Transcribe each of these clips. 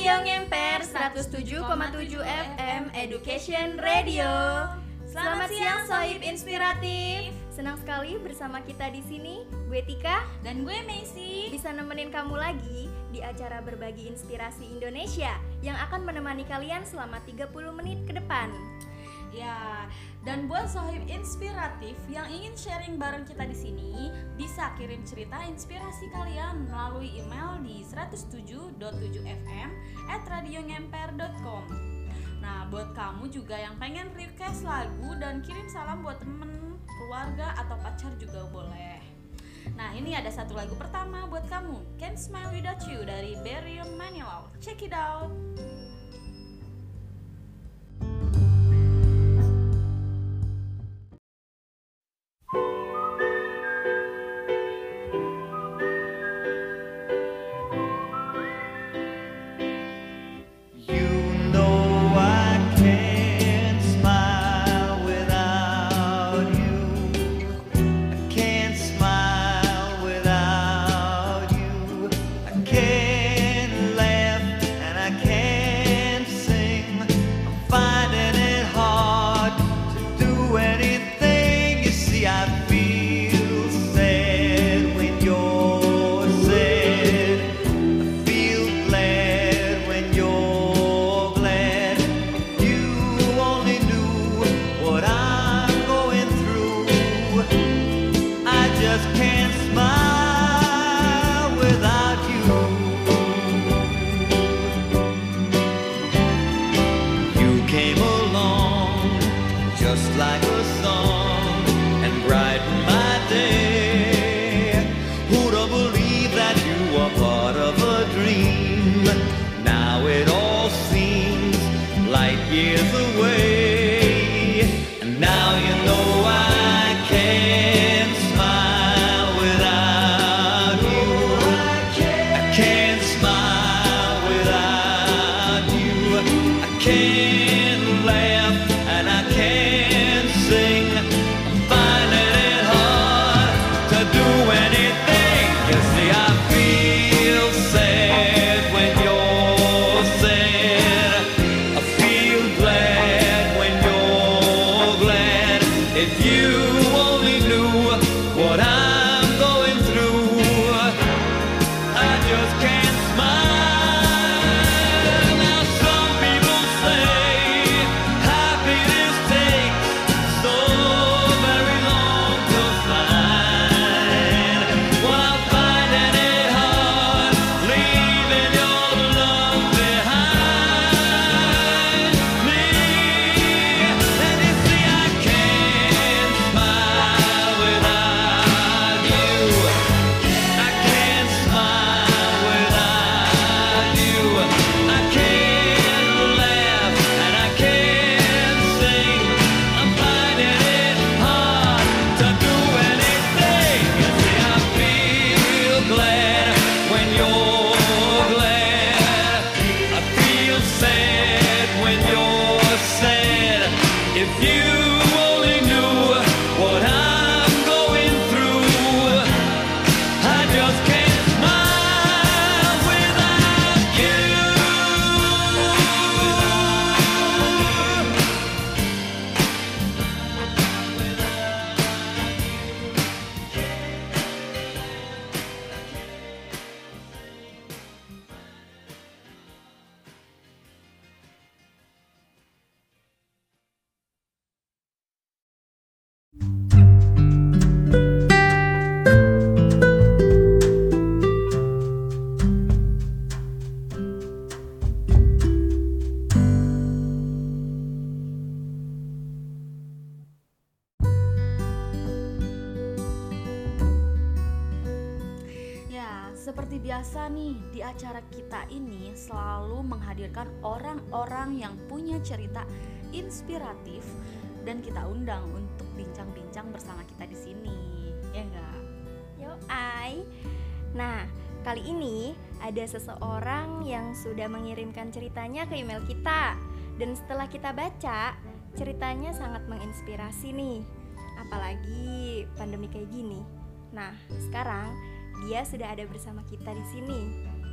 Radio Ngemper 107,7 FM Education Radio. Selamat siang Sohib Inspiratif. Senang sekali bersama kita di sini. Gue Tika dan gue Messi bisa nemenin kamu lagi di acara Berbagi Inspirasi Indonesia yang akan menemani kalian selama 30 menit ke depan. Ya, dan buat Sohib Inspiratif yang ingin sharing bareng kita di sini, bisa kirim cerita inspirasi kalian melalui email di 107.7fm@radiongemper.com. Nah, buat kamu juga yang pengen request lagu dan kirim salam buat temen, keluarga, atau pacar juga boleh. Nah, ini ada satu lagu pertama buat kamu, Can't Smile Without You dari Barry Manilow. Check it out. Seperti biasa nih, di acara kita ini selalu menghadirkan orang-orang yang punya cerita inspiratif dan kita undang untuk bincang-bincang bersama kita di sini. Ya enggak? Yo, Nah, kali ini ada seseorang yang sudah mengirimkan ceritanya ke email kita. Dan setelah kita baca, ceritanya sangat menginspirasi nih. Apalagi pandemi kayak gini. Nah, sekarang dia sudah ada bersama kita di sini.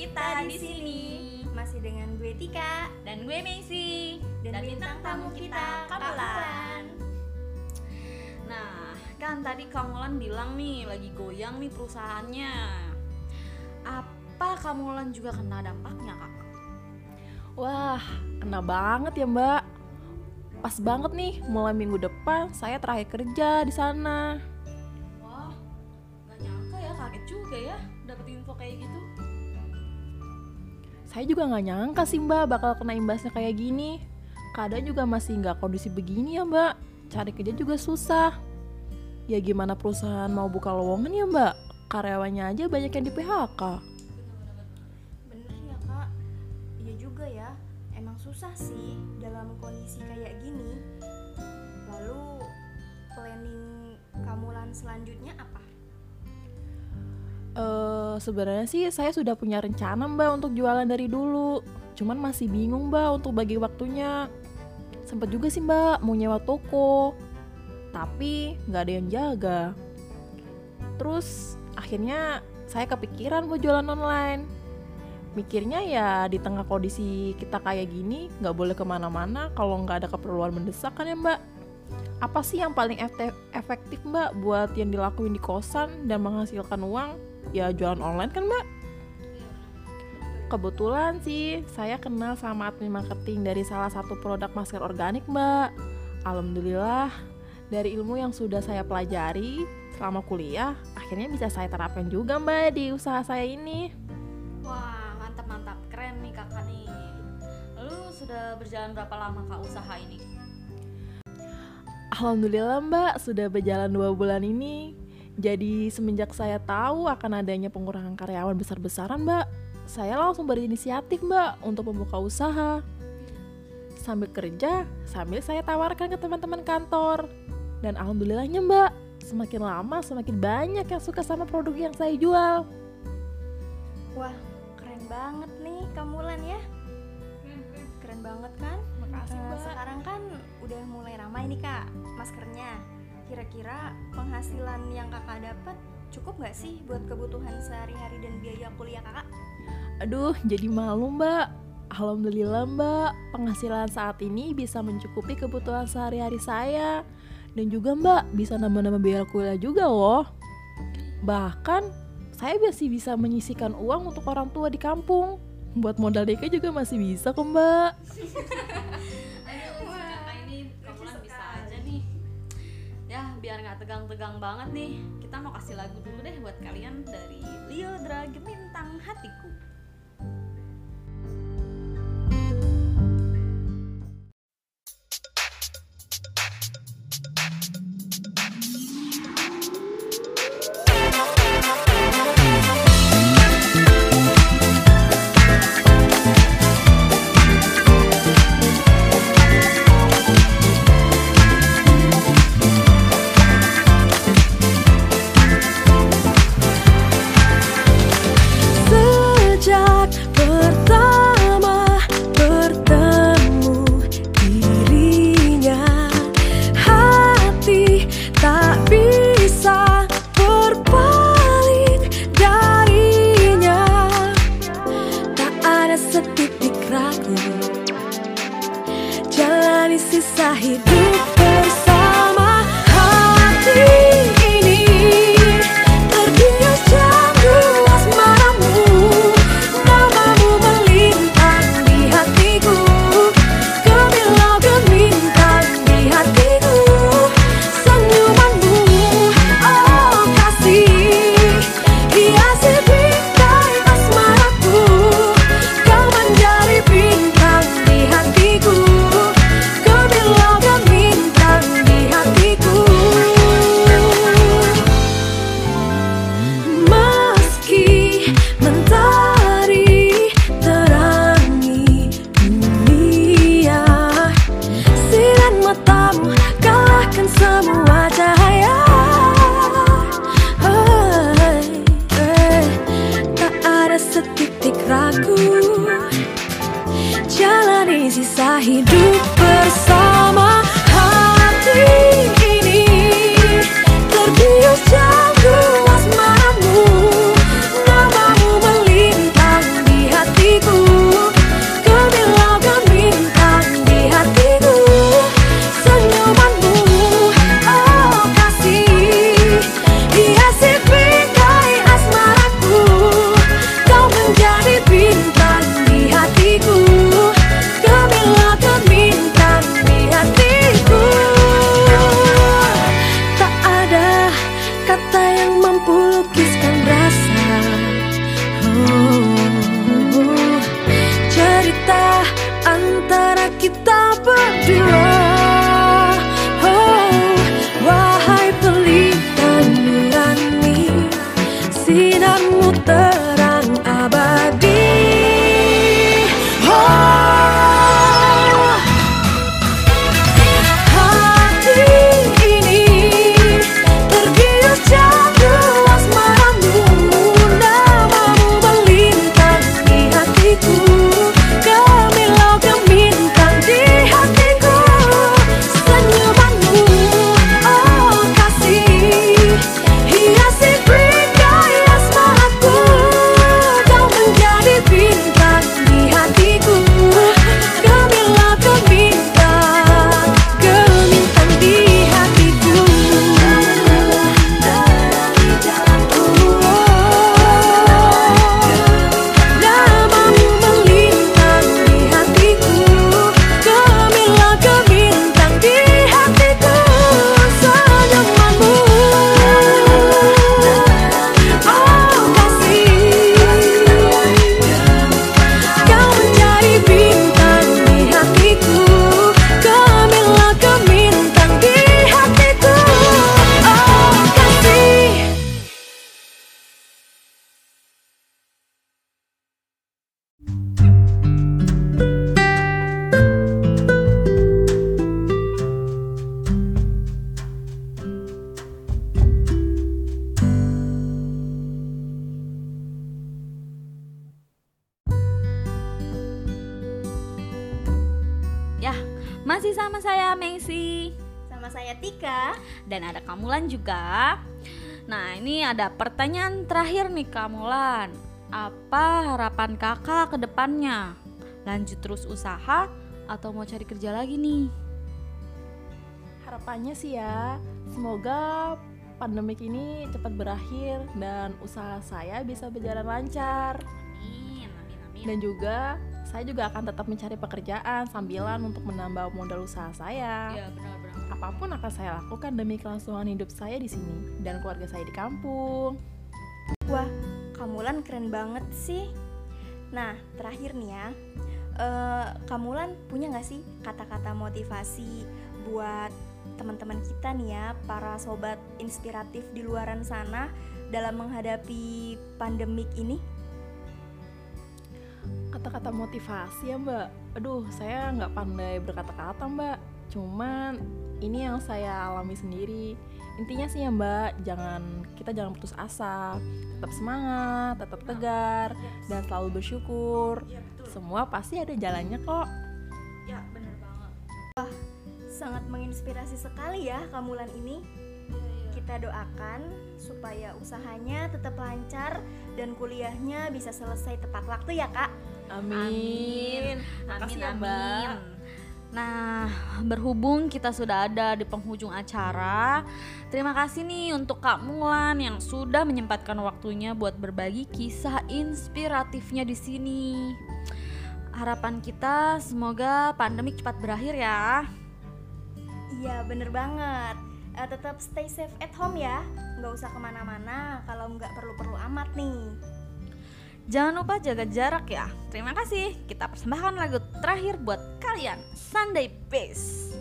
kita di sini. Masih dengan gue Tika Dan gue Messi. dan bintang tamu kita Kak Mulan. Nah, kan tadi Kak Mulan bilang nih lagi goyang nih perusahaannya. Apa Kak Mulan juga kena dampaknya, Kak? Wah, kena banget ya Mbak. Pas banget nih, mulai minggu depan saya terakhir kerja di sana. Wah, gak nyangka ya, kaget juga ya dapet info kayak gitu. Saya juga nggak nyangka sih Mbak bakal kena imbasnya kayak gini. Keadaan juga masih nggak kondisi begini ya Mbak. Cari kerja juga susah. Ya gimana perusahaan mau buka lowongan ya Mbak? Karyawannya aja banyak yang di PHK. Bener ya Kak, iya juga ya. Emang susah sih dalam kondisi kayak gini. Lalu planning Kak Mulan selanjutnya apa? Sebenarnya sih saya sudah punya rencana Mbak untuk jualan dari dulu. Cuman masih bingung Mbak untuk bagi waktunya. Sempet juga sih Mbak mau nyewa toko, tapi nggak ada yang jaga. Terus akhirnya saya kepikiran mau jualan online. Mikirnya ya di tengah kondisi kita kayak gini nggak boleh kemana-mana kalau nggak ada keperluan mendesak kan ya Mbak. Apa sih yang paling efektif Mbak buat yang dilakuin di kosan dan menghasilkan uang? Ya jualan online kan Mbak. Kebetulan sih saya kenal sama admin marketing dari salah satu produk masker organik Mbak. Alhamdulillah dari ilmu yang sudah saya pelajari selama kuliah akhirnya bisa saya terapkan juga Mbak di usaha saya ini. Wah, mantap, keren nih kakak nih. Lalu sudah berjalan berapa lama Kak usaha ini? Alhamdulillah Mbak sudah berjalan 2 bulan ini. Jadi semenjak saya tahu akan adanya pengurangan karyawan besar-besaran Mbak, saya langsung berinisiatif Mbak untuk membuka usaha. Sambil kerja, sambil saya tawarkan ke teman-teman kantor. Dan alhamdulillahnya Mbak, semakin lama semakin banyak yang suka sama produk yang saya jual. Wah, keren banget nih Kak Mulan ya. Keren banget kan? Makasih Mbak. Sekarang kan udah mulai ramai nih Kak maskernya. Kira-kira penghasilan yang kakak dapat cukup nggak sih buat kebutuhan sehari-hari dan biaya kuliah kakak? Aduh, jadi malu Mbak. Alhamdulillah Mbak, penghasilan saat ini bisa mencukupi kebutuhan sehari-hari saya. Dan juga Mbak, bisa nambah-nambah biaya kuliah juga loh. Bahkan, saya masih bisa menyisihkan uang untuk orang tua di kampung. Buat modal DK juga masih bisa kok Mbak. Kakak ini Kak Mulan bisa aja nih. Ya, biar nggak tegang-tegang banget nih, kita mau kasih lagu dulu deh buat kalian dari Lyodra Gemintang Hatiku. Sisa hidup bersama hati ini terbius candu asmaramu, namamu melintang di hatiku, gemilau gemintang di hatiku, senyumanmu oh kasih hiasi bingkai asmaraku, kau menjadi bintang di hatiku. Jalani sisa hidup bersama hati ini terbius candu asmaramu, namamu melintang di kita berdua. Oh, wahai pelita nurani, sinarmu terang abadi. Oh, hati ini tergiur jatuh asmaramu, namamu melintang di hatiku, gemilau gemintang di hatiku, senyumanmu oh kasih hiasi bingkai asmaraku, kau menjadi bintang di hatiku, gemilau gemintang, gemintang di hatiku. Namamu melintang di hatiku, gemilau gemintang di hatiku, senyumanmu oh kasih, kau menjadi bintang di hatiku, gemilau gemintang di hatiku, oh kasih. Ya, masih sama saya Messi Sama saya Tika. dan ada Kamulan juga. Nah, ini ada pertanyaan terakhir nih Kamulan. Apa harapan kakak ke depannya? Lanjut terus usaha atau mau cari kerja lagi nih? Harapannya sih ya, semoga pandemik ini cepat berakhir dan usaha saya bisa berjalan lancar. Amin, amin, amin. Dan juga saya juga akan tetap mencari pekerjaan sambilan untuk menambah modal usaha saya. Ya, benar-benar. Apapun akan saya lakukan demi kelangsungan hidup saya di sini dan keluarga saya di kampung. Wah, Kamulan keren banget sih. Nah, terakhir nih ya, Kamulan punya gak sih kata-kata motivasi buat teman-teman kita nih ya, para sobat inspiratif di luaran sana dalam menghadapi pandemik ini? Kata-kata motivasi ya mbak, aduh saya nggak pandai berkata-kata mbak, cuman ini yang saya alami sendiri. Intinya sih ya mbak, kita jangan putus asa, tetap semangat, tetap tegar, dan selalu bersyukur. Semua pasti ada jalannya kok. Ya, benar banget. Sangat menginspirasi sekali ya Kamulan ini. Kita doakan supaya usahanya tetap lancar dan kuliahnya bisa selesai tepat waktu ya kak. Amin. Makasih ya mbak. Nah, berhubung kita sudah ada di penghujung acara, terima kasih nih untuk Kak Mulan yang sudah menyempatkan waktunya buat berbagi kisah inspiratifnya di sini. Harapan kita semoga pandemi cepat berakhir ya. Iya bener banget. Tetap stay safe at home ya. Nggak usah kemana-mana kalau nggak perlu-perlu amat nih. Jangan lupa jaga jarak ya. Terima kasih. Kita persembahkan lagu terakhir buat kalian, Sunday Peace.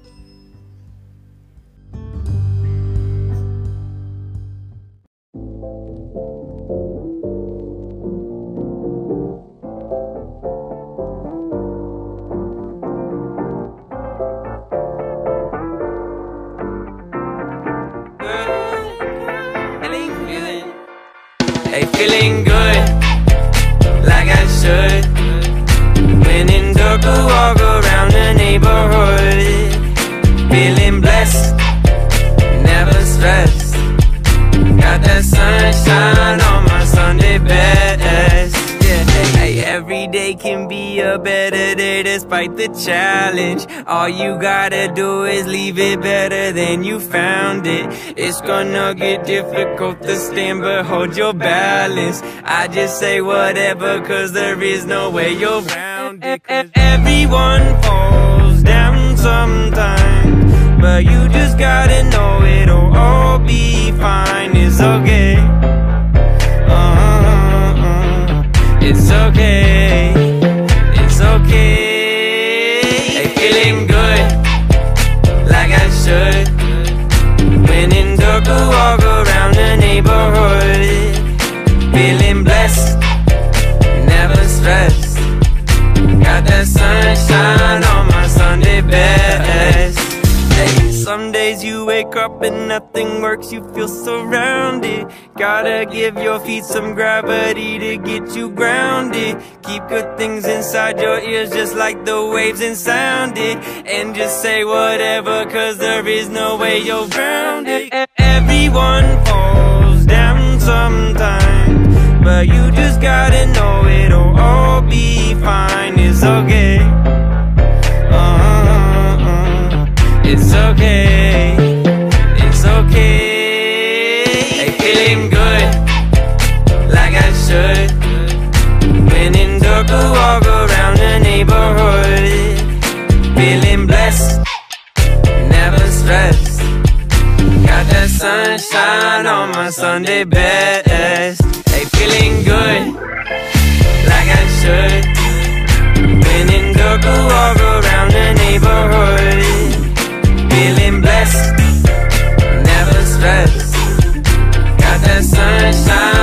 Hey, feeling good, like I should. When in dark, I walk around the neighborhood. Feeling blessed, never stressed. Got that sunshine on my Sunday best. Yeah, hey, every day can be a better day despite the challenge. All you gotta do is leave it better than you found it. It's gonna get difficult to stand, but hold your balance. I just say whatever, cause there is no way you're around it. Everyone falls down sometimes, but you just gotta know it'll all be fine. It's okay. It's okay. It's okay. wake up and nothing works, you feel surrounded. Gotta give your feet some gravity to get you grounded. Keep good things inside your ears just like the waves and sound it. And just say whatever, cause there is no way you're grounded. Everyone falls down sometimes, but you just gotta know it'll all be fine. It's okay. It's okay. It's okay. Hey, feeling good, like I should. When in dark, walk around the neighborhood. Feeling blessed, never stressed. Got that sunshine on my Sunday best. Hey, feeling good, like I should. When in dark, walk around the neighborhood. Feeling blessed, never stressed. Got that sunshine